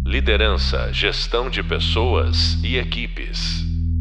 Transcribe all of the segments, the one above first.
Liderança, gestão de pessoas e equipes.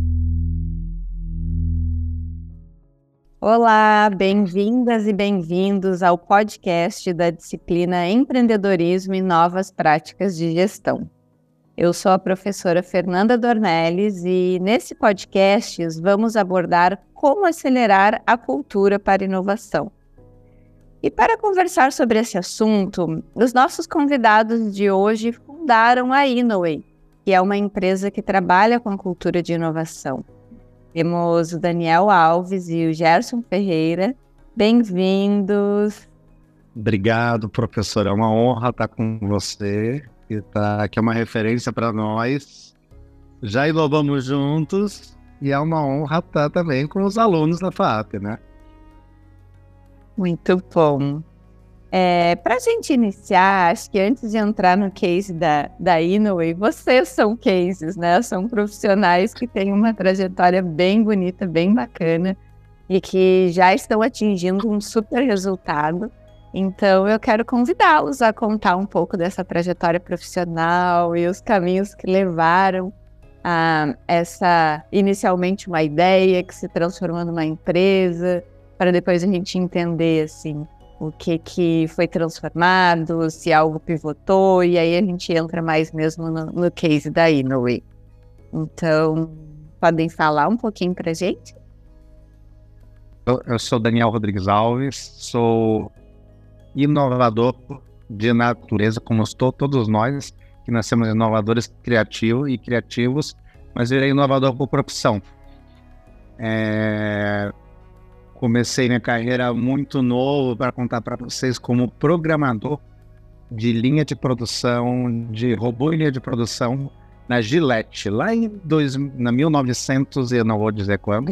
Olá, bem-vindas e bem-vindos ao podcast da disciplina Empreendedorismo e Novas Práticas de Gestão. Eu sou a professora Fernanda Dornelles e nesse podcast vamos abordar como acelerar a cultura para inovação. E para conversar sobre esse assunto, os nossos convidados de hoje fundaram a Innoway, que é uma empresa que trabalha com a cultura de inovação. Temos o Daniel Alves e o Gerson Ferreira. Bem-vindos! Obrigado, professor. É uma honra estar com você, que é uma referência para nós. Já inovamos juntos e é uma honra estar também com os alunos da FAAP, né? Muito bom. Para a gente iniciar, acho que antes de entrar no case da Innoway, vocês são cases, né? São profissionais que têm uma trajetória bem bonita, bem bacana e que já estão atingindo um super resultado. Então, eu quero convidá-los a contar um pouco dessa trajetória profissional e os caminhos que levaram a essa, inicialmente, uma ideia que se transformou numa empresa, para depois a gente entender, assim, o que foi transformado, se algo pivotou, e aí a gente entra mais mesmo no case da Innoway. Então, podem falar um pouquinho para a gente? Eu sou Daniel Rodrigues Alves, sou inovador de natureza, como todos nós, que nascemos inovadores criativos, mas eu inovador por profissão. Comecei minha carreira muito novo para contar para vocês como programador de linha de produção, de robô em linha de produção na Gillette, lá em 1900, eu não vou dizer quando,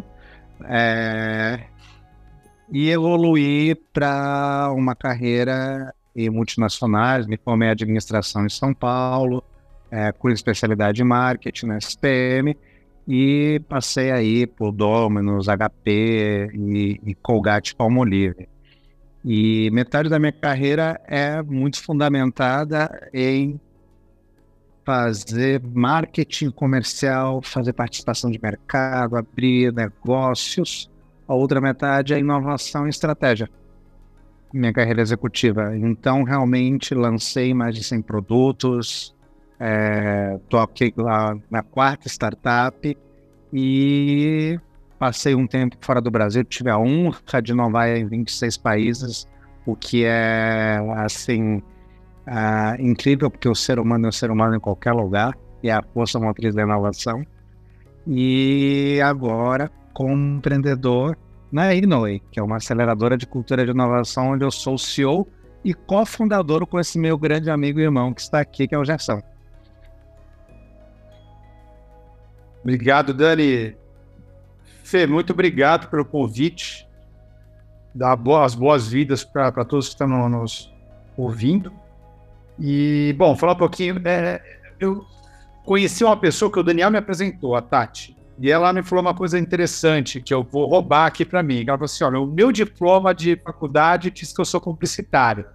e evoluí para uma carreira em multinacionais. Me formei em administração em São Paulo, com especialidade em marketing na SPM, e passei aí por Domino's, HP e Colgate-Palmolive. E metade da minha carreira é muito fundamentada em fazer marketing comercial, fazer participação de mercado, abrir negócios. A outra metade é inovação e estratégia. Minha carreira executiva. Então, realmente, lancei mais de 100 produtos. Estou aqui lá na quarta startup e passei um tempo fora do Brasil. Tive a honra de inovar em 26 países, o que é, assim, incrível, porque o ser humano é um ser humano em qualquer lugar, e é a força motriz da inovação. E agora, como empreendedor na Innoway, que é uma aceleradora de cultura de inovação, onde eu sou o CEO e cofundador com esse meu grande amigo e irmão que está aqui, que é o Gerson. Obrigado, Dani. Fê, muito obrigado pelo convite. Dá as boas-vindas para todos que estão nos ouvindo. E, bom, falar um pouquinho. Eu conheci uma pessoa que o Daniel me apresentou, a Tati. E ela me falou uma coisa interessante, que eu vou roubar aqui para mim. Ela falou assim: olha, o meu diploma de faculdade diz que eu sou publicitário.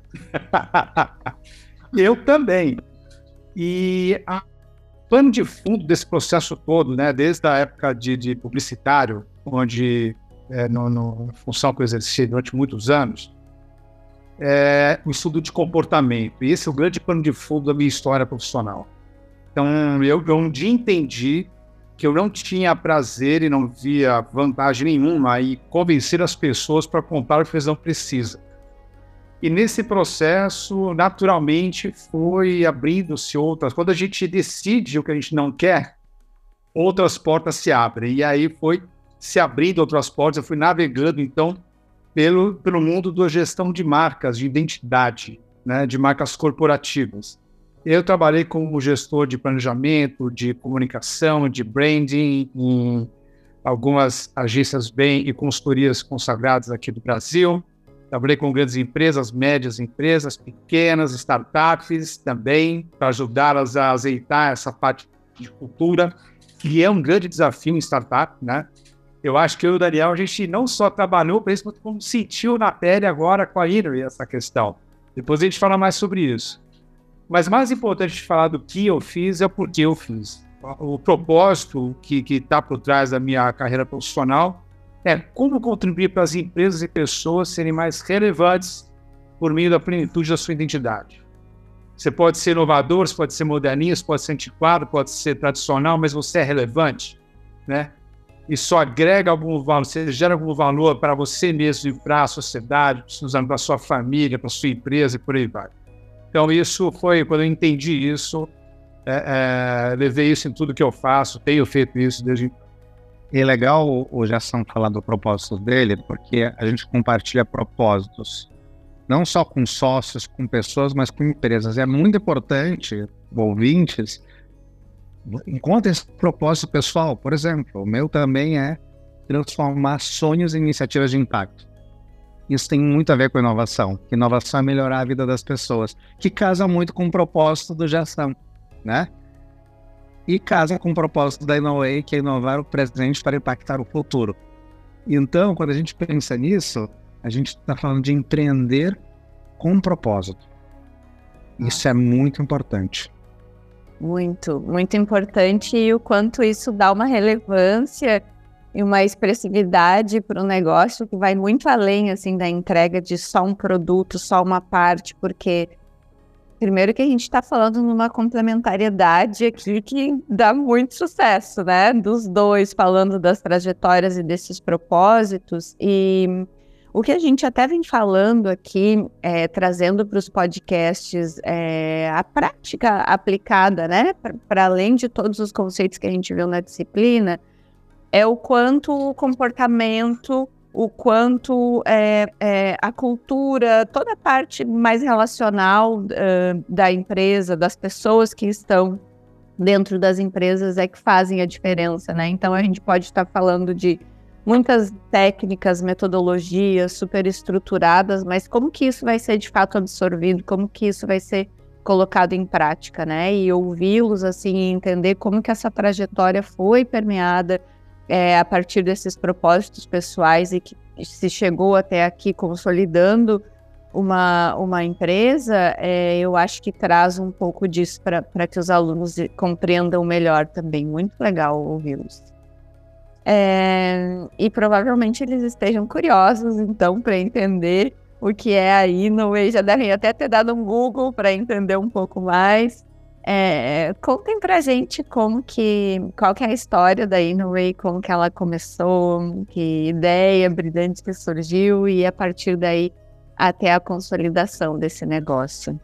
Eu também. E o plano de fundo desse processo todo, né, desde a época de publicitário, onde, na função que eu exerci durante muitos anos, é o estudo de comportamento. E esse é o grande plano de fundo da minha história profissional. Então, eu um dia entendi que eu não tinha prazer e não via vantagem nenhuma em convencer as pessoas para comprar o que eles não precisam. E nesse processo, naturalmente, foi abrindo-se outras. Quando a gente decide o que a gente não quer, outras portas se abrem. E aí foi se abrindo outras portas. Eu fui navegando, então, pelo mundo da gestão de marcas, de identidade, né, de marcas corporativas. Eu trabalhei como gestor de planejamento, de comunicação, de branding, em algumas agências e consultorias consagradas aqui do Brasil. Trabalhei com grandes empresas, médias empresas, pequenas, startups também, para ajudá-las a azeitar essa parte de cultura, que é um grande desafio em startup, né? Eu acho que eu e o Daniel, a gente não só trabalhou para isso, mas como sentiu na pele agora com a Innoway essa questão. Depois a gente fala mais sobre isso. Mas mais importante de falar do que eu fiz é o porquê eu fiz. O propósito que está por trás da minha carreira profissional é como contribuir para as empresas e pessoas serem mais relevantes por meio da plenitude da sua identidade. Você pode ser inovador, você pode ser modernista, pode ser antiquado, pode ser tradicional, mas você é relevante, né? E só agrega algum valor, você gera algum valor para você mesmo e para a sociedade, para a sua família, para a sua empresa e por aí vai. Então isso foi, quando eu entendi isso, levei isso em tudo que eu faço, tenho feito isso desde então. E é legal o Gerson falar do propósito dele, porque a gente compartilha propósitos, não só com sócios, com pessoas, mas com empresas. É muito importante, ouvintes, encontrem esse propósito pessoal. Por exemplo, o meu também é transformar sonhos em iniciativas de impacto. Isso tem muito a ver com inovação. Inovação é melhorar a vida das pessoas, que casa muito com o propósito do Gerson, né? E casa com o propósito da Inoway, que é inovar o presente para impactar o futuro. Então, quando a gente pensa nisso, a gente está falando de empreender com propósito. Isso é muito importante. Muito, muito importante, e o quanto isso dá uma relevância e uma expressividade para o negócio que vai muito além, assim, da entrega de só um produto, só uma parte, porque primeiro que a gente está falando numa complementariedade aqui que dá muito sucesso, né? Dos dois, falando das trajetórias e desses propósitos. E o que a gente até vem falando aqui, trazendo para os podcasts a prática aplicada, né? Para além de todos os conceitos que a gente viu na disciplina, é o quanto o comportamento, o quanto a cultura, toda a parte mais relacional da empresa, das pessoas que estão dentro das empresas é que fazem a diferença, né? Então a gente pode estar falando de muitas técnicas, metodologias super estruturadas, mas como que isso vai ser de fato absorvido, como que isso vai ser colocado em prática, né? E ouvi-los assim, entender como que essa trajetória foi permeada a partir desses propósitos pessoais e que se chegou até aqui consolidando uma empresa, eu acho que traz um pouco disso para que os alunos compreendam melhor também. Muito legal ouvi-los. E provavelmente eles estejam curiosos, então, para entender o que é a Inoway. Já devem até ter dado um Google para entender um pouco mais. Contem pra gente qual que é a história da Inoway, como que ela começou, que ideia brilhante que surgiu e a partir daí até a consolidação desse negócio.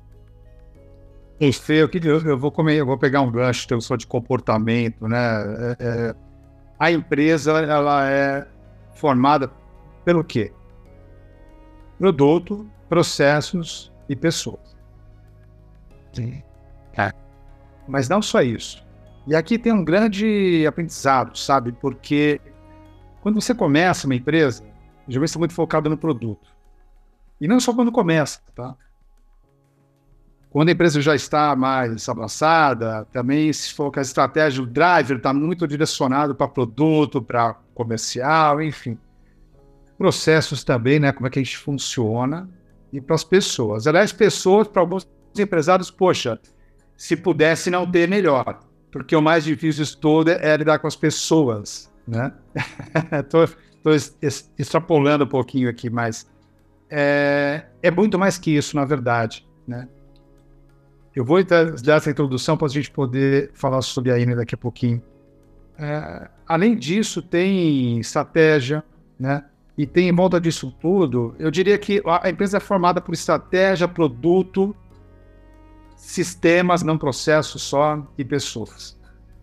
Eu vou pegar um gancho só de comportamento, né? A empresa, ela é formada pelo quê? Produto, processos e pessoas. Sim. Mas não só isso. E aqui tem um grande aprendizado, sabe? Porque quando você começa uma empresa, geralmente está muito focado no produto. E não só quando começa, tá? Quando a empresa já está mais avançada, também se for que a estratégia, o driver está muito direcionado para produto, para comercial, enfim. Processos também, né? Como é que a gente funciona. E para as pessoas. Aliás, pessoas, para alguns empresários, poxa, se pudesse não ter, melhor. Porque o mais difícil de tudo é lidar com as pessoas, né? Estou extrapolando um pouquinho aqui, mas é muito mais que isso, na verdade, né? Eu vou dar essa introdução para a gente poder falar sobre a INE daqui a pouquinho. Além disso, tem estratégia, né? E tem em volta disso tudo, eu diria que a empresa é formada por estratégia, produto, sistemas, não processos só, e pessoas.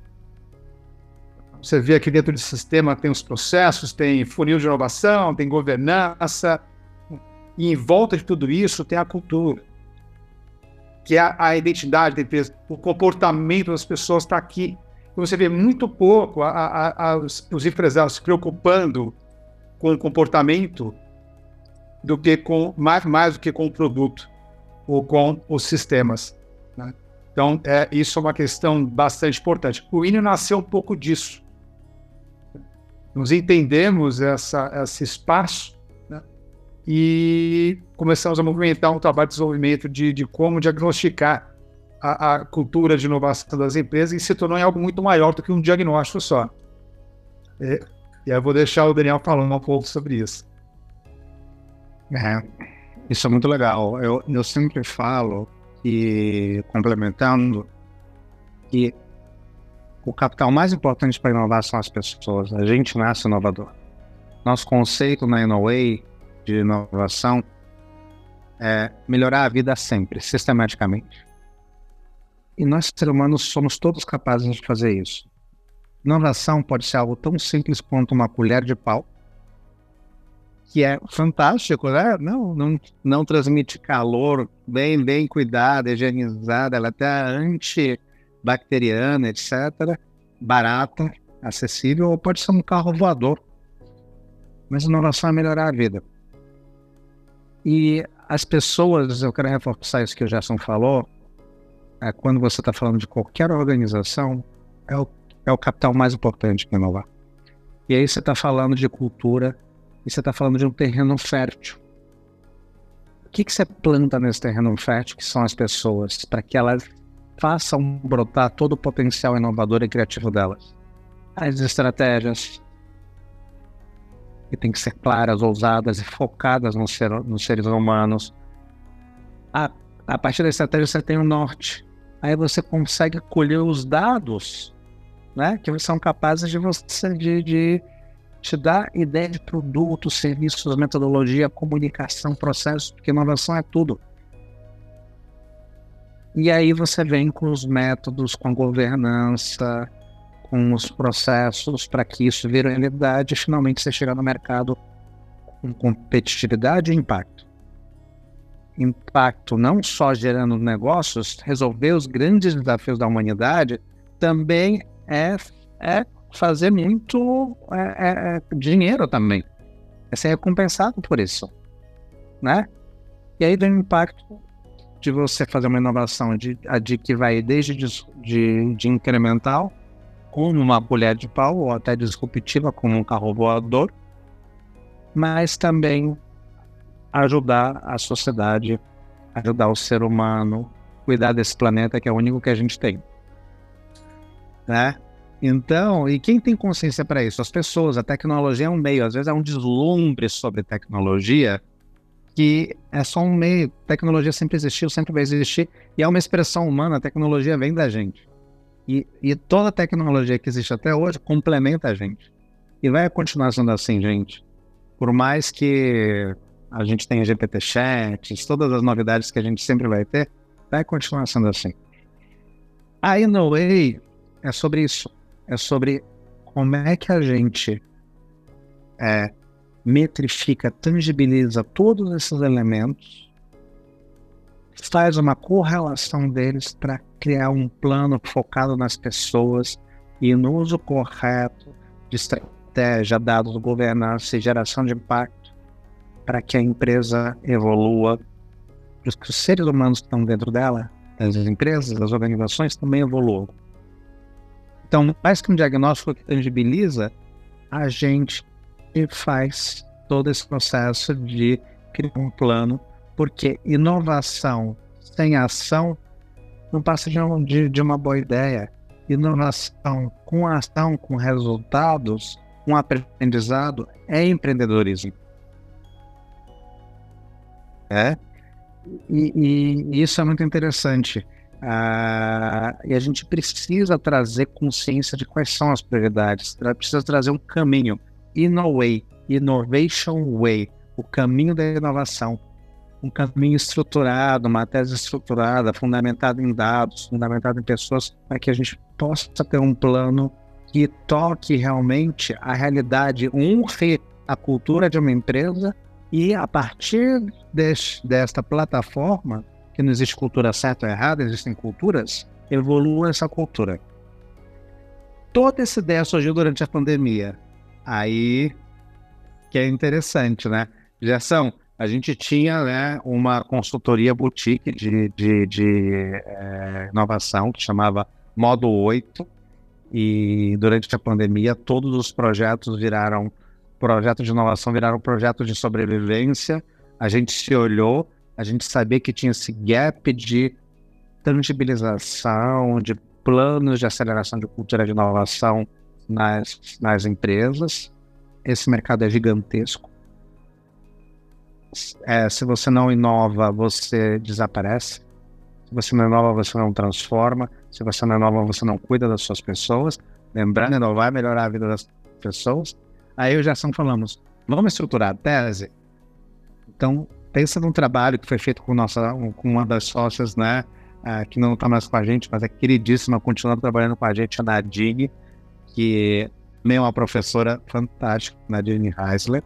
Você vê aqui dentro do sistema tem os processos, tem funil de inovação, tem governança, e em volta de tudo isso tem a cultura, que é a identidade da empresa, o comportamento das pessoas está aqui. Você vê muito pouco os empresários se preocupando com o comportamento do que mais do que com o produto ou com os sistemas, né? Então, isso é uma questão bastante importante. O INE nasceu um pouco disso. Nós entendemos esse espaço, né? E começamos a movimentar um trabalho de desenvolvimento de como diagnosticar a cultura de inovação das empresas e se tornou em algo muito maior do que um diagnóstico só. E aí eu vou deixar o Daniel falando um pouco sobre isso. Isso é muito legal. Eu sempre falo, e complementando, que o capital mais importante para inovar são as pessoas. A gente nasce inovador. Nosso conceito na Inoway de inovação é melhorar a vida sempre, sistematicamente. E nós, seres humanos, somos todos capazes de fazer isso. Inovação pode ser algo tão simples quanto uma colher de pau, que é fantástico, né? Não transmite calor, bem cuidada, higienizada, ela é até antibacteriana, etc. Barata, acessível, ou pode ser um carro voador. Mas inovação é melhorar a vida. E as pessoas, eu quero reforçar isso que o Gerson falou, quando você está falando de qualquer organização, é o capital mais importante para inovar. E aí você está falando de cultura, e você está falando de um terreno fértil. O que você planta nesse terreno fértil, que são as pessoas, para que elas façam brotar todo o potencial inovador e criativo delas? As estratégias, que tem que ser claras, ousadas e focadas nos seres humanos. A partir da estratégia você tem o norte. Aí você consegue colher os dados, né, que são capazes de te dar ideia de produtos, serviços, metodologia, comunicação, processo, porque inovação é tudo. E aí você vem com os métodos, com a governança, com os processos para que isso vire realidade e finalmente você chegar no mercado com competitividade e impacto. Impacto não só gerando negócios, resolver os grandes desafios da humanidade, também é fazer muito dinheiro também. É ser recompensado por isso, né? E aí vem o impacto de você fazer uma inovação de que vai desde de incremental, como uma colher de pau, ou até disruptiva, como um carro voador, mas também ajudar a sociedade, ajudar o ser humano, cuidar desse planeta que é o único que a gente tem, né? Então, e quem tem consciência para isso? As pessoas. A tecnologia é um meio, às vezes é um deslumbre sobre tecnologia, que é só um meio. Tecnologia sempre existiu, sempre vai existir, e é uma expressão humana. A tecnologia vem da gente. E toda a tecnologia que existe até hoje complementa a gente. E vai continuar sendo assim, gente. Por mais que a gente tenha GPT-chats, todas as novidades que a gente sempre vai ter, vai continuar sendo assim. A Inoway é sobre isso. É sobre como é que a gente metrifica, tangibiliza todos esses elementos, faz uma correlação deles para criar um plano focado nas pessoas e no uso correto de estratégia, dados, governança e geração de impacto para que a empresa evolua, para que os seres humanos que estão dentro dela, das empresas, das organizações, também evoluam. Então, mais que um diagnóstico que tangibiliza, a gente faz todo esse processo de criar um plano, porque inovação sem ação não passa de uma boa ideia. Inovação com ação, com resultados, com aprendizado, é empreendedorismo. E isso é muito interessante. E a gente precisa trazer consciência de quais são as prioridades, precisa trazer um caminho. Inoway, Innovation Way, o caminho da inovação. Um caminho estruturado, uma tese estruturada, fundamentada em dados, fundamentada em pessoas, para que a gente possa ter um plano que toque realmente a realidade, honre a cultura de uma empresa e, a partir desta plataforma, que não existe cultura certa ou errada, existem culturas, evolua essa cultura. Toda essa ideia surgiu durante a pandemia. Aí que é interessante, né? Gerson, a gente tinha, né, uma consultoria boutique de inovação que chamava Modo 8, e durante a pandemia todos os projetos viraram projetos de inovação, viraram projetos de sobrevivência. A gente se olhou, a gente sabia que tinha esse gap de tangibilização de planos de aceleração de cultura de inovação nas empresas. Esse mercado é gigantesco. Se você não inova, você desaparece. Se você não inova, você não transforma. Se você não inova, você não cuida das suas pessoas. Lembrando, inovar é melhorar a vida das pessoas. Aí eu já falamos, vamos estruturar a tese? Então, pensa num trabalho que foi feito com uma das sócias, né, que não está mais com a gente, mas é queridíssima, continua trabalhando com a gente, a Nadine, que é uma professora fantástica, Nadine Heisler.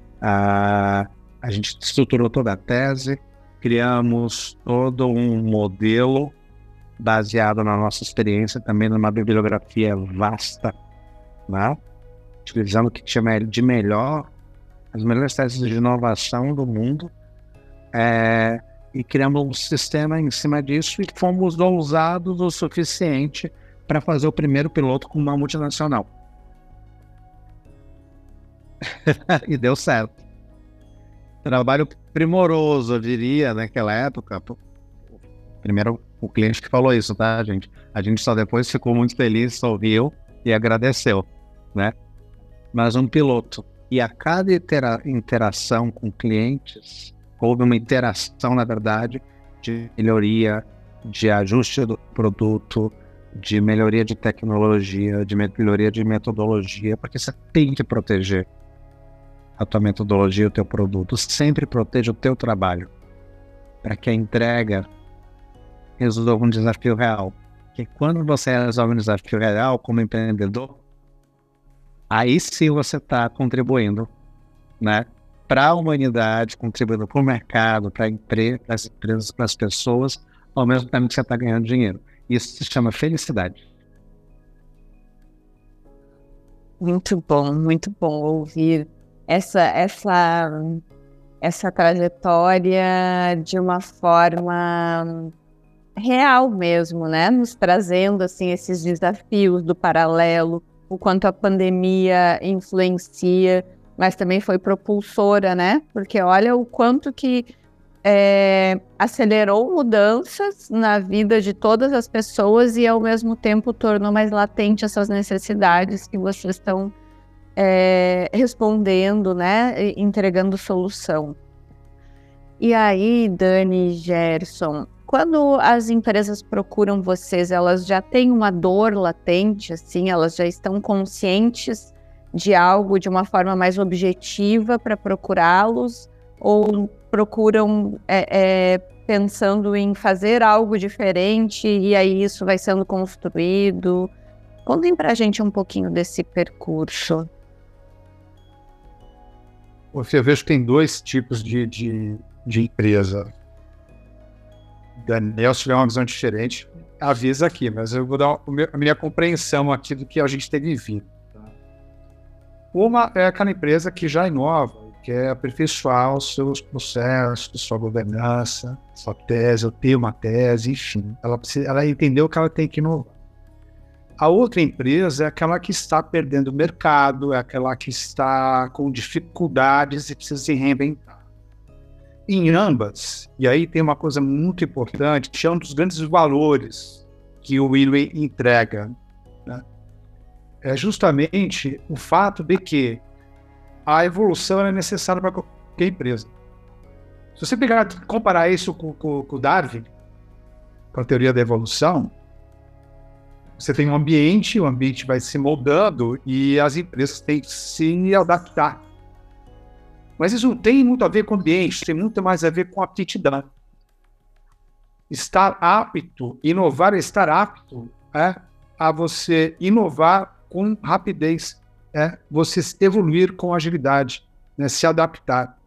A gente estruturou toda a tese, criamos todo um modelo baseado na nossa experiência, também numa bibliografia vasta, né? Utilizando o que chama de melhor, as melhores teses de inovação do mundo, e criamos um sistema em cima disso e fomos ousados o suficiente para fazer o primeiro piloto com uma multinacional. E deu certo. Trabalho primoroso, eu diria, naquela época. Primeiro, o cliente que falou isso, tá, gente? A gente só depois ficou muito feliz, ouviu e agradeceu, né? Mas um piloto. E a cada interação com clientes, houve uma interação, na verdade, de melhoria, de ajuste do produto, de melhoria de tecnologia, de melhoria de metodologia, porque você tem que proteger a tua metodologia, o teu produto. Sempre proteja o teu trabalho, para que a entrega resolva um desafio real. Porque quando você resolve um desafio real como empreendedor, aí sim você está contribuindo, né, para a humanidade, contribuindo para o mercado, para as empresas, para as pessoas, ao mesmo tempo que você está ganhando dinheiro. Isso se chama felicidade. Muito bom ouvir essa trajetória de uma forma real mesmo, né? Nos trazendo assim esses desafios do paralelo, o quanto a pandemia influencia, mas também foi propulsora, né? Porque olha o quanto que acelerou mudanças na vida de todas as pessoas e ao mesmo tempo tornou mais latente essas necessidades que vocês estão respondendo, né? Entregando solução. E aí, Dani e Gerson, quando as empresas procuram vocês, elas já têm uma dor latente, assim, elas já estão conscientes de algo de uma forma mais objetiva para procurá-los, ou procuram pensando em fazer algo diferente e aí isso vai sendo construído? Contem para a gente um pouquinho desse percurso. Eu vejo que tem dois tipos de empresa. Daniel, se tiver uma visão diferente, avisa aqui, mas eu vou dar a minha compreensão aqui do que a gente tem vivido. Tá? Uma é aquela empresa que já inova, quer aperfeiçoar os seus processos, sua governança, sua tese, eu tenho uma tese, enfim. Ela entendeu que ela tem que inovar. A outra empresa é aquela que está perdendo o mercado, é aquela que está com dificuldades e precisa se reinventar. Em ambas, e aí tem uma coisa muito importante, que é um dos grandes valores que o Winway entrega, né? É justamente o fato de que a evolução é necessária para qualquer empresa. Se você comparar isso com o Darwin, com a teoria da evolução, você tem um ambiente, o ambiente vai se moldando e as empresas têm que se adaptar. Mas isso não tem muito a ver com o ambiente, tem muito mais a ver com aptidão. Estar apto, inovar é estar apto a você inovar com rapidez, você evoluir com agilidade, né, se adaptar.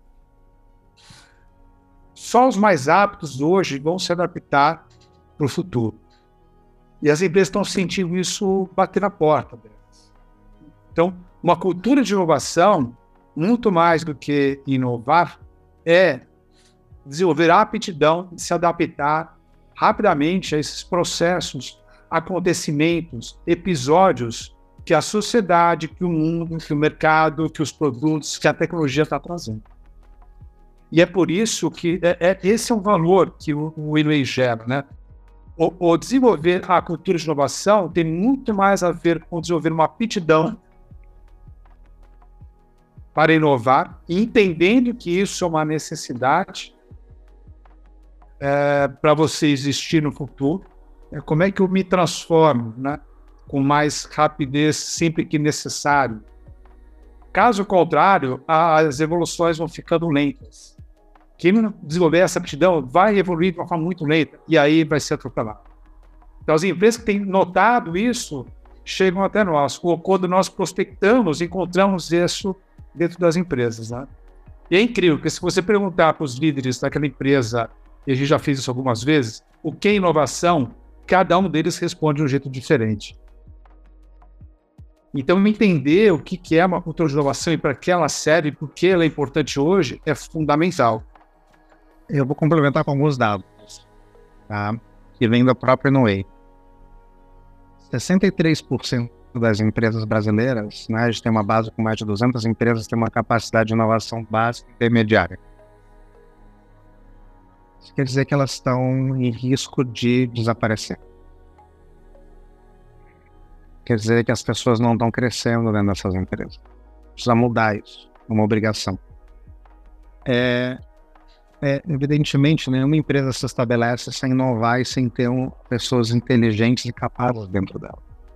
Só os mais aptos hoje vão se adaptar para o futuro. E as empresas estão sentindo isso bater na porta delas. Então, uma cultura de inovação, muito mais do que inovar, é desenvolver a aptidão de se adaptar rapidamente a esses processos, acontecimentos, episódios que a sociedade, que o mundo, que o mercado, que os produtos, que a tecnologia está trazendo. E é por isso que esse é um valor que o Winway gera, né? o desenvolver a cultura de inovação tem muito mais a ver com desenvolver uma aptidão para inovar, e entendendo que isso é uma necessidade para você existir no futuro. Como é que eu me transformo, né, com mais rapidez sempre que necessário? Caso contrário, as evoluções vão ficando lentas. Quem não desenvolver essa aptidão vai evoluir de uma forma muito lenta, e aí vai ser atropelado. Então, as empresas que têm notado isso chegam até nós. Quando nós prospectamos, encontramos isso dentro das empresas, né? E é incrível, porque se você perguntar para os líderes daquela empresa, e a gente já fez isso algumas vezes, o que é inovação, cada um deles responde de um jeito diferente. Então, entender o que é uma cultura de inovação e para que ela serve, por que ela é importante hoje, é fundamental. Eu vou complementar com alguns dados, tá? Que vem da própria Inoway. 63% das empresas brasileiras, né, a gente tem uma base com mais de 200 empresas, tem uma capacidade de inovação básica intermediária. Isso quer dizer que elas estão em risco de desaparecer. Quer dizer que as pessoas não estão crescendo dentro dessas empresas. Precisa mudar isso, é uma obrigação. Evidentemente, nenhuma empresa se estabelece sem inovar e sem ter pessoas inteligentes e capazes dentro dela.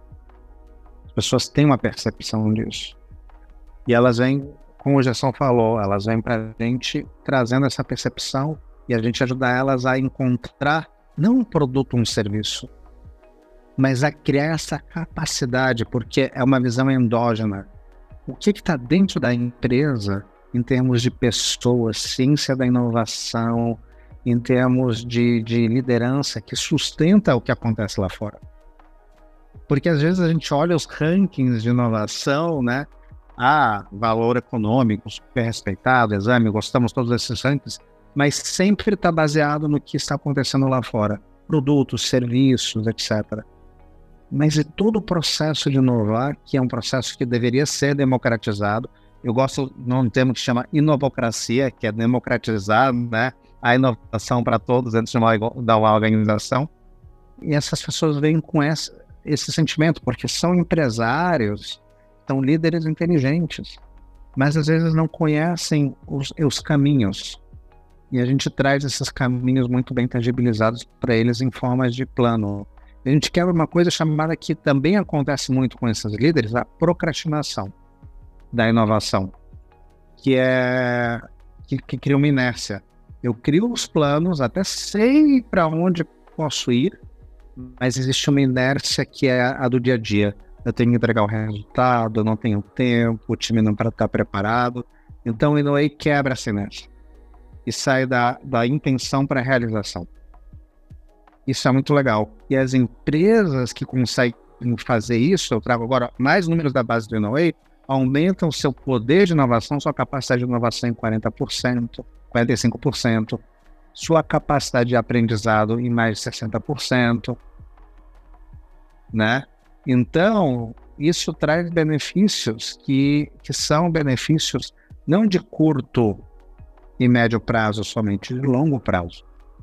As pessoas têm uma percepção disso. E elas vêm, como o Gerson falou, elas vêm para a gente trazendo essa percepção e a gente ajudar elas a encontrar não um produto, um serviço, mas a criar essa capacidade, porque é uma visão endógena. O que está dentro da empresa, em termos de pessoas, ciência da inovação, em termos de liderança, que sustenta o que acontece lá fora. Porque às vezes a gente olha os rankings de inovação, né? Valor econômico, super respeitado, exame, gostamos todos desses rankings, mas sempre está baseado no que está acontecendo lá fora. Produtos, serviços, etc. Mas e todo o processo de inovar, que é um processo que deveria ser democratizado. Eu gosto de um termo que chama inovocracia, que é democratizar, né, a inovação para todos dentro de uma organização. E essas pessoas vêm com esse sentimento, porque são empresários, são líderes inteligentes, mas às vezes não conhecem os caminhos. E a gente traz esses caminhos muito bem tangibilizados para eles em formas de plano. A gente quer uma coisa chamada, que também acontece muito com esses líderes, a procrastinação da inovação, que cria uma inércia. Eu crio os planos, até sei para onde posso ir, mas existe uma inércia que é a do dia a dia. Eu tenho que entregar o resultado, eu não tenho tempo, o time não está preparado. Então o Inoway quebra essa inércia e sai da intenção para a realização. Isso é muito legal. E as empresas que conseguem fazer isso, eu trago agora mais números da base do Inoway, aumentam seu poder de inovação, sua capacidade de inovação em 40%, 45%, sua capacidade de aprendizado em mais de 60%, né? Então, isso traz benefícios que são benefícios não de curto e médio prazo somente, de longo prazo.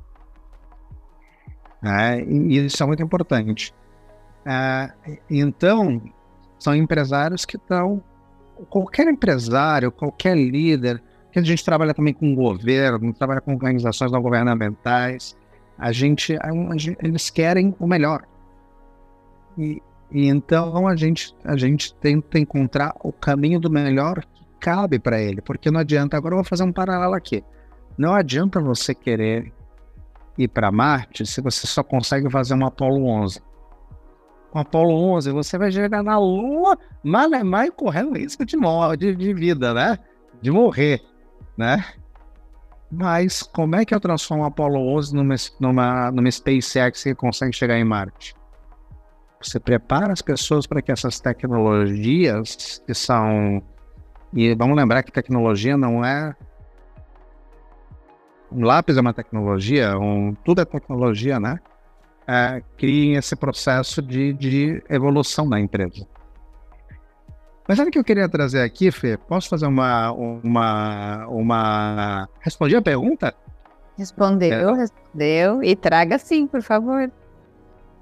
E isso é muito importante. Então, são empresários que estão... Qualquer empresário, qualquer líder, que a gente trabalha também com governo, trabalha com organizações não governamentais, eles querem o melhor. E então a gente tenta encontrar o caminho do melhor que cabe para ele, porque não adianta, agora eu vou fazer um paralelo aqui, não adianta você querer ir para Marte se você só consegue fazer um Apollo 11. Com Apollo 11 você vai chegar na Lua, malemar e correndo risco de vida, né? De morrer, né? Mas como é que eu transformo o Apollo 11 numa SpaceX que consegue chegar em Marte? Você prepara as pessoas para que essas tecnologias que são... E vamos lembrar que tecnologia não é... Um lápis é uma tecnologia, tudo é tecnologia, né? Criem esse processo de evolução da empresa. Mas sabe o que eu queria trazer aqui, Fê? Posso fazer Respondi a pergunta? Respondeu. E traga sim, por favor.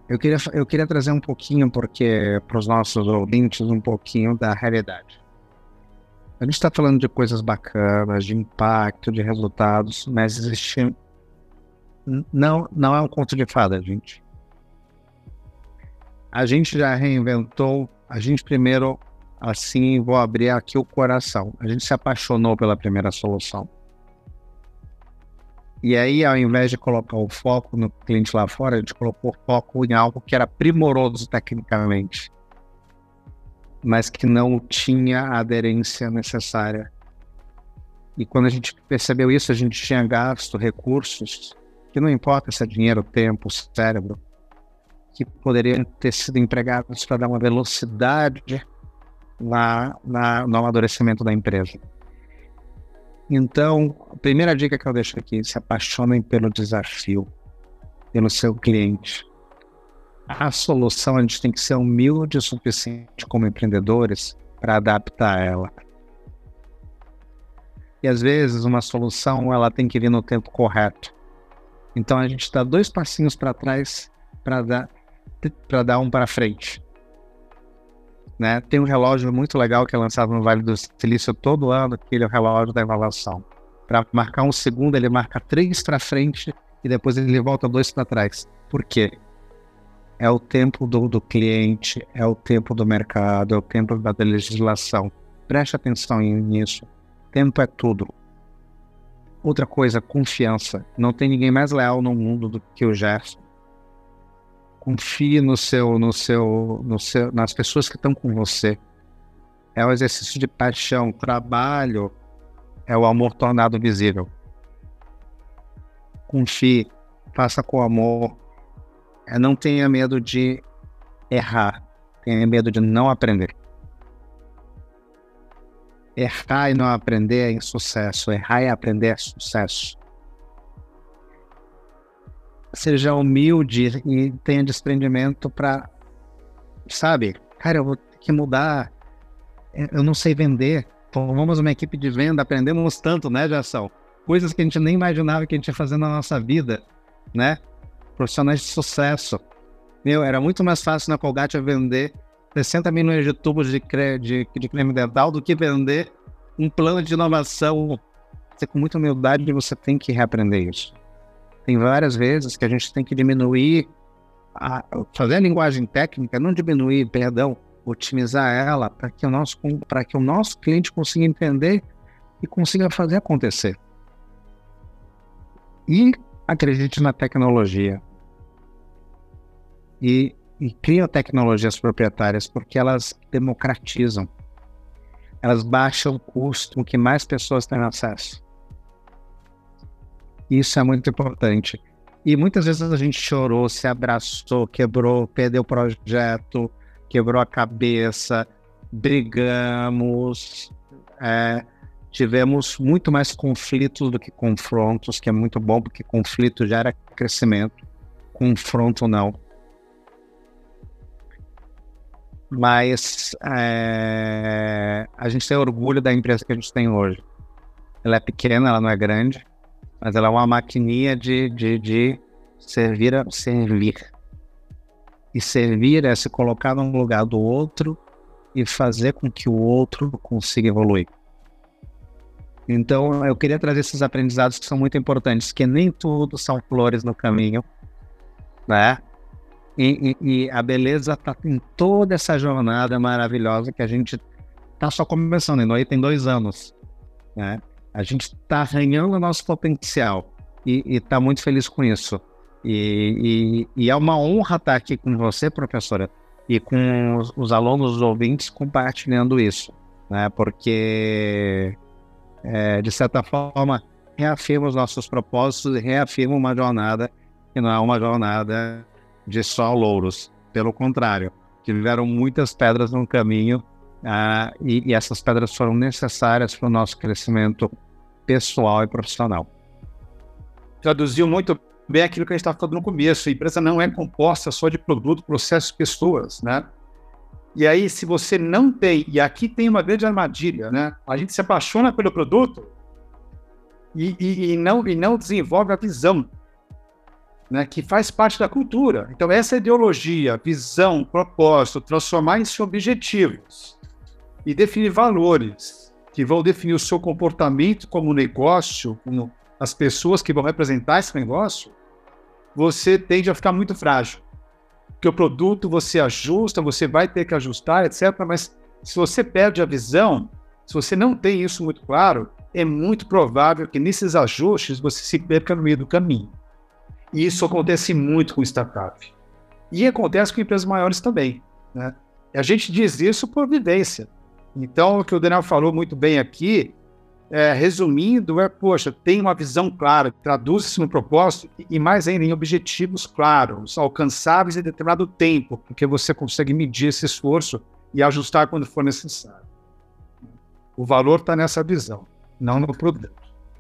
Eu queria trazer um pouquinho, porque para os nossos ouvintes, um pouquinho da realidade. A gente está falando de coisas bacanas, de impacto, de resultados, mas existe... Não é um conto de fada, gente. A gente já reinventou, a gente primeiro, assim, vou abrir aqui o coração. A gente se apaixonou pela primeira solução. E aí, ao invés de colocar o foco no cliente lá fora, a gente colocou o foco em algo que era primoroso tecnicamente, mas que não tinha a aderência necessária. E quando a gente percebeu isso, a gente tinha gasto recursos, que não importa se é dinheiro, tempo, cérebro, que poderiam ter sido empregados para dar uma velocidade no amadurecimento da empresa. Então, a primeira dica que eu deixo aqui: se apaixonem pelo desafio, pelo seu cliente. A solução, a gente tem que ser humilde o suficiente como empreendedores para adaptar ela. E às vezes uma solução, ela tem que vir no tempo correto. Então a gente dá 2 passinhos para trás para dar um para frente. Né? Tem um relógio muito legal que é lançado no Vale do Silício todo ano, que ele é o relógio da inovação. Para marcar 1 segundo, ele marca 3 para frente e depois ele volta 2 para trás. Por quê? É o tempo do cliente, é o tempo do mercado, é o tempo da legislação. Preste atenção nisso. Tempo é tudo. Outra coisa, confiança. Não tem ninguém mais leal no mundo do que o Gerson. Confie nas pessoas que estão com você. É um exercício de paixão. Trabalho é o amor tornado visível. Confie, faça com amor. Não tenha medo de errar. Tenha medo de não aprender. Errar e não aprender é insucesso. Errar e aprender é sucesso. Seja humilde e tenha desprendimento para, sabe, cara, eu vou ter que mudar, eu não sei vender, formamos uma equipe de venda, aprendemos tanto, né, Gerson? Coisas que a gente nem imaginava que a gente ia fazer na nossa vida, né? Profissionais de sucesso. Era muito mais fácil na Colgate eu vender 60 milhões de tubos de creme dental do que vender um plano de inovação. Com muita humildade você tem que reaprender isso. Tem várias vezes que a gente tem que diminuir, fazer a linguagem técnica, não diminuir, otimizar ela para que o nosso cliente consiga entender e consiga fazer acontecer. E acredite na tecnologia. E cria tecnologias proprietárias, porque elas democratizam. Elas baixam o custo com que mais pessoas têm acesso. Isso é muito importante. E muitas vezes a gente chorou, se abraçou, quebrou, perdeu o projeto, quebrou a cabeça, brigamos, tivemos muito mais conflitos do que confrontos, que é muito bom, porque conflito gera crescimento, confronto não. Mas a gente tem orgulho da empresa que a gente tem hoje. Ela é pequena, ela não é grande, mas ela é uma maquininha de servir. E servir é se colocar no lugar do outro e fazer com que o outro consiga evoluir. Então, eu queria trazer esses aprendizados que são muito importantes, que nem tudo são flores no caminho, né? E a beleza está em toda essa jornada maravilhosa que a gente está só começando. E aí tem 2 anos, né? A gente está arranhando o nosso potencial e está muito feliz com isso. E é uma honra estar aqui com você, professora, e com os alunos, os ouvintes, compartilhando isso, né? Porque, de certa forma, reafirma os nossos propósitos e reafirma uma jornada que não é uma jornada de só louros. Pelo contrário, tiveram muitas pedras no caminho. E essas pedras foram necessárias para o nosso crescimento pessoal e profissional. Traduziu muito bem aquilo que a gente estava falando no começo. A empresa não é composta só de produto, processo e pessoas, né? E aí, se você não tem... E aqui tem uma grande armadilha, né? A gente se apaixona pelo produto e não desenvolve a visão. né, que faz parte da cultura. Então, essa ideologia, visão, propósito, transformar isso em objetivos e definir valores que vão definir o seu comportamento como negócio, como as pessoas que vão representar esse negócio, você tende a ficar muito frágil. Porque o produto você ajusta, você vai ter que ajustar, etc. Mas se você perde a visão, se você não tem isso muito claro, é muito provável que nesses ajustes você se perca no meio do caminho. E isso acontece muito com startup. E acontece com empresas maiores também, né? E a gente diz isso por vivência. Então, o que o Daniel falou muito bem aqui, resumindo, poxa, tem uma visão clara, traduz isso no propósito e mais ainda em objetivos claros, alcançáveis em determinado tempo, porque você consegue medir esse esforço e ajustar quando for necessário. O valor está nessa visão, não no produto.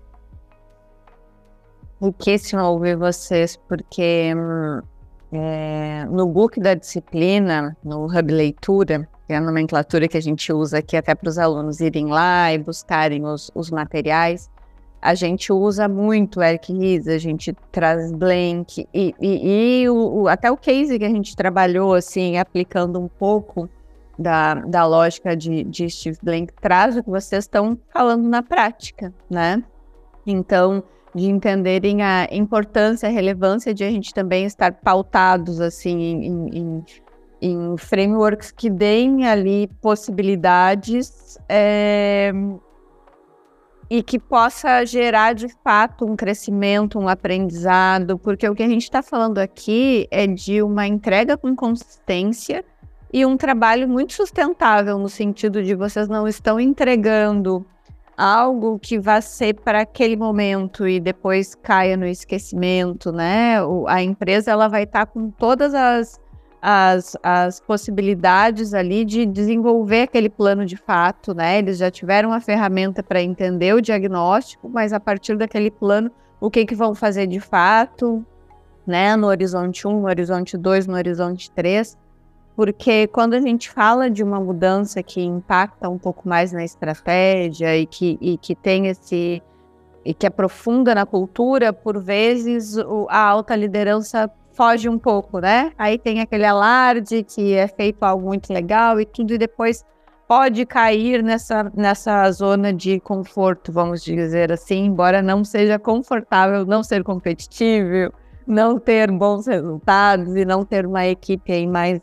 Riquíssimo ouvir vocês, porque no book da disciplina, no Hub Leitura, que é a nomenclatura que a gente usa aqui até para os alunos irem lá e buscarem os materiais, a gente usa muito Eric Ries, a gente traz Blank, até o case que a gente trabalhou, assim, aplicando um pouco da lógica de Steve Blank, traz o que vocês estão falando na prática, né? Então, de entenderem a importância, a relevância de a gente também estar pautados, assim, em frameworks que deem ali possibilidades e que possa gerar, de fato, um crescimento, um aprendizado, porque o que a gente está falando aqui é de uma entrega com consistência e um trabalho muito sustentável, no sentido de vocês não estão entregando algo que vai ser para aquele momento e depois caia no esquecimento, né? A empresa ela vai estar com todas as possibilidades ali de desenvolver aquele plano de fato, né? Eles já tiveram a ferramenta para entender o diagnóstico, mas a partir daquele plano, o que vão fazer de fato, né? No horizonte 1, no horizonte 2, no horizonte 3, porque quando a gente fala de uma mudança que impacta um pouco mais na estratégia e que tem e que aprofunda na cultura, por vezes a alta liderança foge um pouco, né? Aí tem aquele alarde que é feito algo muito legal e tudo, e depois pode cair nessa zona de conforto, vamos dizer assim, embora não seja confortável não ser competitivo, não ter bons resultados e não ter uma equipe aí mais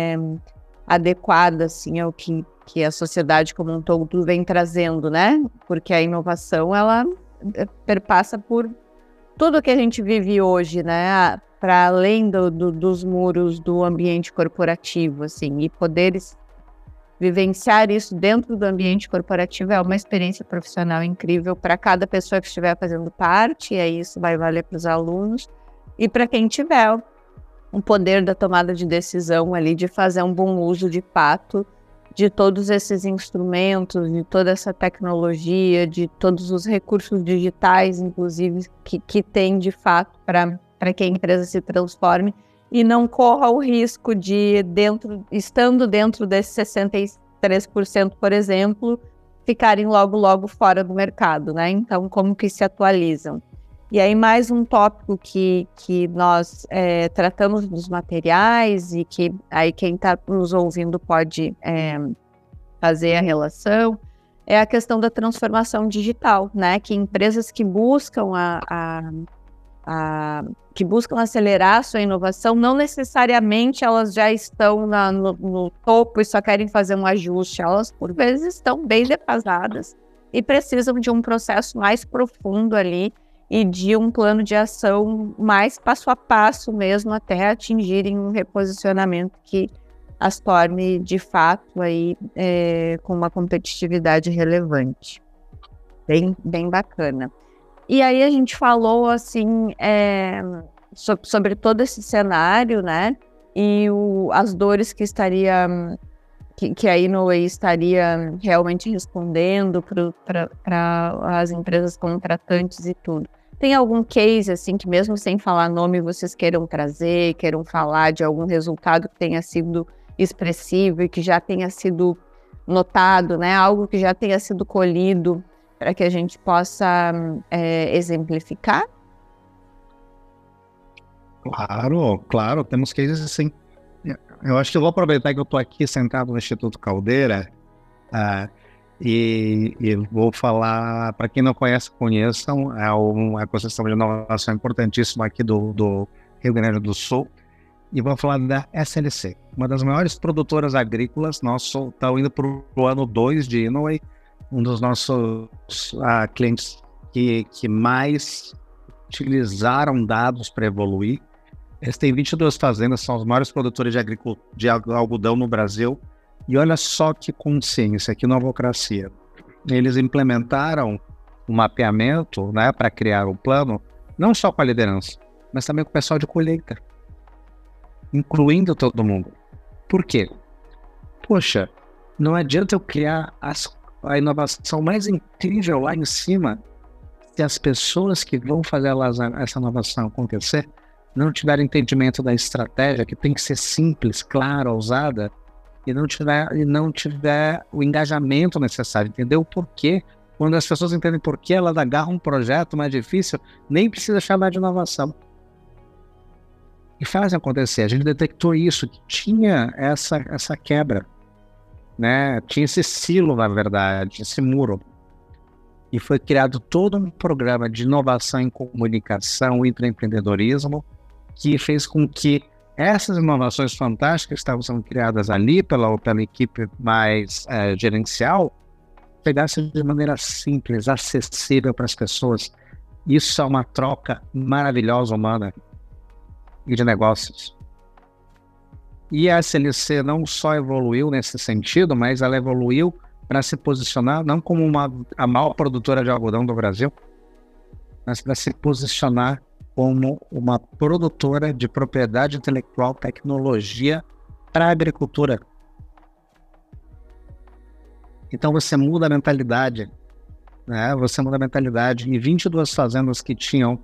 adequada, assim, ao que a sociedade como um todo vem trazendo, né? Porque a inovação, ela perpassa por tudo que a gente vive hoje, né? Para além dos muros do ambiente corporativo, assim, e poder vivenciar isso dentro do ambiente corporativo é uma experiência profissional incrível para cada pessoa que estiver fazendo parte, e aí isso vai valer para os alunos e para quem tiver o poder da tomada de decisão ali, de fazer um bom uso de fato de todos esses instrumentos, de toda essa tecnologia, de todos os recursos digitais, inclusive, que tem de fato para que a empresa se transforme e não corra o risco de, estando dentro desses 63%, por exemplo, ficarem logo fora do mercado, né? Então, como que se atualizam? E aí, mais um tópico que nós tratamos dos materiais e que aí quem está nos ouvindo pode fazer a relação, é a questão da transformação digital, né? Que empresas que buscam que buscam acelerar a sua inovação, não necessariamente elas já estão no topo e só querem fazer um ajuste, elas por vezes estão bem defasadas e precisam de um processo mais profundo ali e de um plano de ação mais passo a passo mesmo, até atingirem um reposicionamento que as torne de fato aí, com uma competitividade relevante. Bem bacana. E aí a gente falou assim sobre todo esse cenário, né? E as dores que a Inoway estaria realmente respondendo para as empresas contratantes e tudo. Tem algum case, assim, que mesmo sem falar nome, vocês queiram trazer, queiram falar de algum resultado que tenha sido expressivo e que já tenha sido notado, né? Algo que já tenha sido colhido para que a gente possa exemplificar? Claro, temos cases assim. Eu acho que eu vou aproveitar que eu estou aqui sentado no Instituto Caldeira e vou falar, para quem não conhece, conheçam, é um ecossistema de inovação importantíssimo aqui do Rio Grande do Sul, e vou falar da SLC, uma das maiores produtoras agrícolas. Nós estamos indo para o ano 2 de Inoway, um dos nossos clientes que mais utilizaram dados para evoluir. Eles têm 22 fazendas, são os maiores produtores de algodão no Brasil. E olha só que consciência, que novocracia. Eles implementaram o mapeamento, né, para criar o plano, não só com a liderança, mas também com o pessoal de colheita, incluindo todo mundo. Por quê? Poxa, não adianta eu criar a inovação mais incrível lá em cima se as pessoas que vão fazer essa inovação acontecer não tiverem entendimento da estratégia, que tem que ser simples, clara, ousada, e não tiver o engajamento necessário, entender o porquê. Quando as pessoas entendem porquê, elas agarram um projeto mais difícil, nem precisa chamar de inovação. E fazem acontecer. A gente detectou isso, que tinha essa quebra, né? Tinha esse silo, na verdade, esse muro. E foi criado todo um programa de inovação em comunicação e empreendedorismo, que fez com que essas inovações fantásticas que estavam sendo criadas ali pela equipe mais gerencial pegassem de maneira simples, acessível para as pessoas. Isso é uma troca maravilhosa humana e de negócios. E a SLC não só evoluiu nesse sentido, mas ela evoluiu para se posicionar não como a maior produtora de algodão do Brasil, mas para se posicionar como uma produtora de propriedade intelectual, tecnologia para a agricultura. Então você muda a mentalidade, né? Você muda a mentalidade. E 22 fazendas que tinham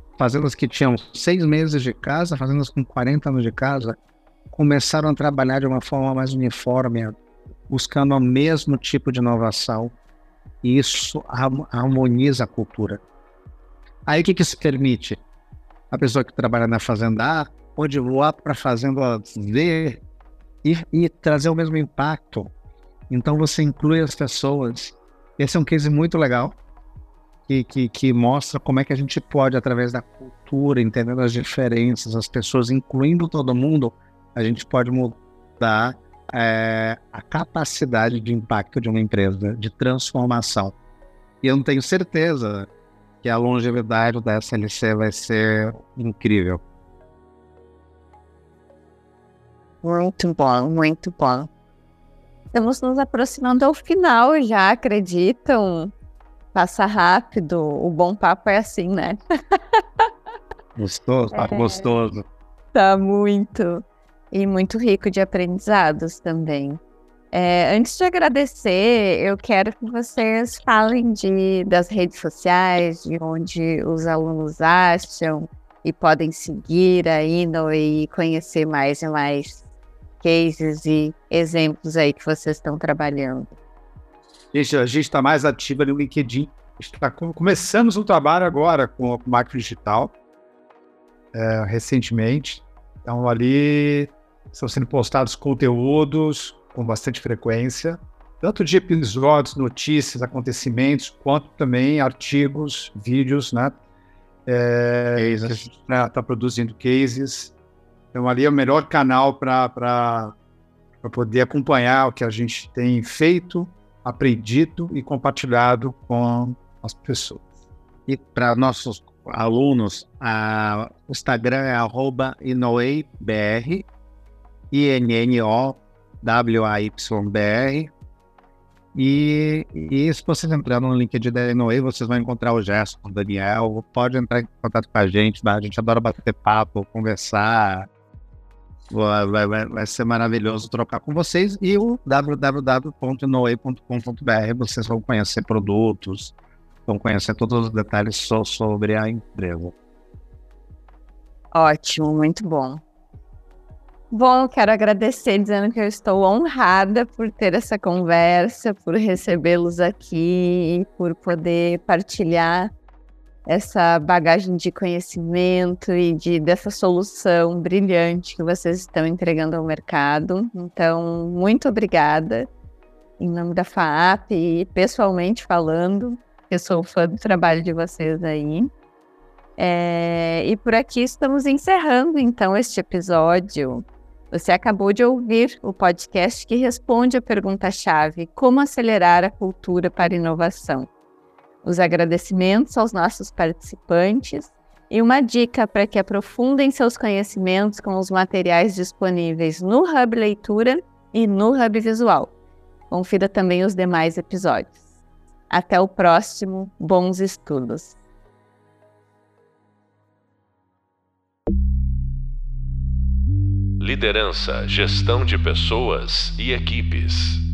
6 meses de casa, fazendas com 40 anos de casa, começaram a trabalhar de uma forma mais uniforme, buscando o mesmo tipo de inovação. E isso harmoniza a cultura. Aí o que isso permite? A pessoa que trabalha na fazenda A pode voar para a fazenda Z e trazer o mesmo impacto. Então você inclui as pessoas. Esse é um case muito legal, que mostra como é que a gente pode, através da cultura, entendendo as diferenças, as pessoas, incluindo todo mundo, a gente pode mudar a capacidade de impacto de uma empresa, de transformação. E eu não tenho certeza que a longevidade da SLC vai ser incrível. Muito bom, muito bom. Estamos nos aproximando ao final já, acreditam? Passa rápido, o bom papo é assim, né? Gostoso, papo gostoso. Tá muito. E muito rico de aprendizados também. Antes de agradecer, eu quero que vocês falem das redes sociais, de onde os alunos acham e podem seguir a Inoway e conhecer mais e mais cases e exemplos aí que vocês estão trabalhando. A gente está mais ativa no LinkedIn. Começamos um trabalho agora com o marketing digital, recentemente. Então, ali estão sendo postados conteúdos com bastante frequência, tanto de episódios, notícias, acontecimentos, quanto também artigos, vídeos, né? A gente está produzindo cases. Então, ali é o melhor canal para poder acompanhar o que a gente tem feito, aprendido e compartilhado com as pessoas. E para nossos alunos, o Instagram é @InowayBR, INNOWAYBR. E se vocês entrarem no LinkedIn da Inoway, vocês vão encontrar o Gerson, o Daniel. Pode entrar em contato com a gente, tá? A gente adora bater papo, conversar. Vai ser maravilhoso trocar com vocês. E o www.inoway.com.br, vocês vão conhecer produtos, vão conhecer todos os detalhes sobre a empresa. Ótimo, muito bom. Bom, quero agradecer dizendo que eu estou honrada por ter essa conversa, por recebê-los aqui, por poder partilhar essa bagagem de conhecimento e dessa solução brilhante que vocês estão entregando ao mercado. Então, muito obrigada, em nome da FAAP e pessoalmente falando, eu sou fã do trabalho de vocês aí. E por aqui estamos encerrando, então, este episódio. Você acabou de ouvir o podcast que responde a pergunta-chave: como acelerar a cultura para a inovação? Os agradecimentos aos nossos participantes e uma dica para que aprofundem seus conhecimentos com os materiais disponíveis no Hub Leitura e no Hub Visual. Confira também os demais episódios. Até o próximo, bons estudos! Liderança, gestão de pessoas e equipes.